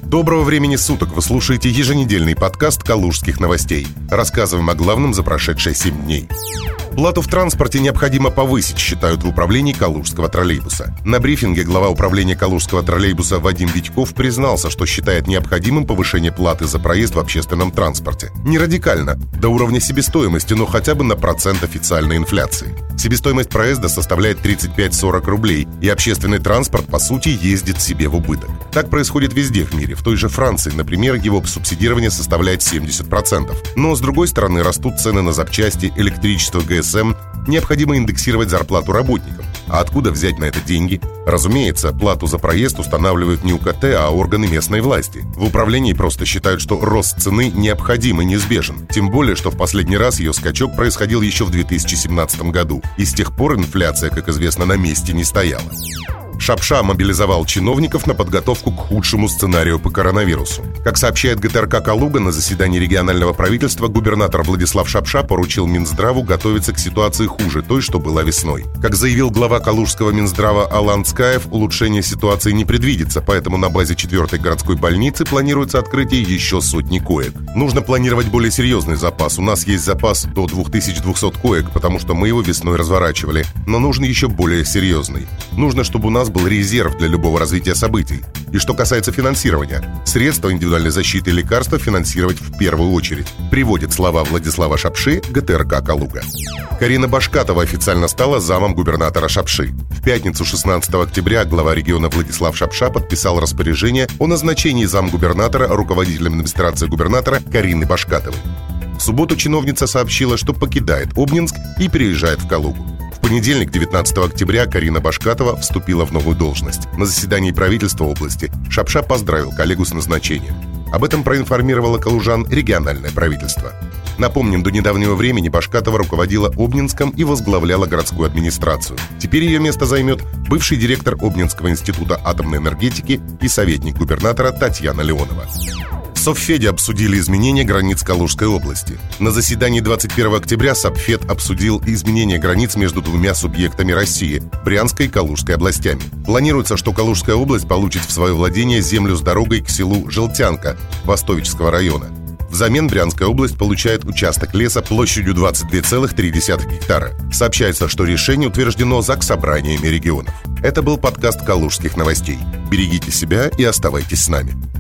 Доброго времени суток! Вы слушаете еженедельный подкаст «Калужских новостей». Рассказываем о главном за прошедшие 7 дней. Плату в транспорте необходимо повысить, считают в управлении Калужского троллейбуса. На брифинге глава управления Калужского троллейбуса Вадим Витьков признался, что считает необходимым повышение платы за проезд в общественном транспорте. Не радикально, до уровня себестоимости, но хотя бы на процент официальной инфляции. Себестоимость проезда составляет 35-40 рублей, и общественный транспорт, по сути, ездит себе в убыток. Так происходит везде в мире. В той же Франции, например, его субсидирование составляет 70%. Но, с другой стороны, растут цены на запчасти, электричество, ГСМ. Необходимо индексировать зарплату работникам. А откуда взять на это деньги? Разумеется, плату за проезд устанавливают не УКТ, а органы местной власти. В управлении просто считают, что рост цены необходим и неизбежен. Тем более, что в последний раз ее скачок происходил еще в 2017 году. И с тех пор инфляция, как известно, на месте не стояла. Шапша мобилизовал чиновников на подготовку к худшему сценарию по коронавирусу. Как сообщает ГТРК «Калуга», на заседании регионального правительства губернатор Владислав Шапша поручил Минздраву готовиться к ситуации хуже той, что была весной. Как заявил глава Калужского Минздрава Алан Цкаев, улучшение ситуации не предвидится, поэтому на базе 4-й городской больницы планируется открытие еще сотни коек. Нужно планировать более серьезный запас. У нас есть запас до 2200 коек, потому что мы его весной разворачивали. Но нужен еще более серьезный. Нужно, чтобы у нас был резерв для любого развития событий. И что касается финансирования, средства индивидуальной защиты и лекарства финансировать в первую очередь, приводит слова Владислава Шапши ГТРК «Калуга». Карина Башкатова официально стала замом губернатора Шапши. В пятницу 16 октября глава региона Владислав Шапша подписал распоряжение о назначении замгубернатора руководителем администрации губернатора Карины Башкатовой. В субботу чиновница сообщила, что покидает Обнинск и переезжает в Калугу. В понедельник, 19 октября, Карина Башкатова вступила в новую должность. На заседании правительства области Шапша поздравил коллегу с назначением. Об этом проинформировало калужан региональное правительство. Напомним, до недавнего времени Башкатова руководила Обнинском и возглавляла городскую администрацию. Теперь ее место займет бывший директор Обнинского института атомной энергетики и советник губернатора Татьяна Леонова. В Совфеде обсудили изменения границ Калужской области. На заседании 21 октября Совфед обсудил изменения границ между двумя субъектами России – Брянской и Калужской областями. Планируется, что Калужская область получит в свое владение землю с дорогой к селу Желтянка Востовического района. Взамен Брянская область получает участок леса площадью 22,3 гектара. Сообщается, что решение утверждено Заксобраниями регионов. Это был подкаст «Калужских новостей». Берегите себя и оставайтесь с нами.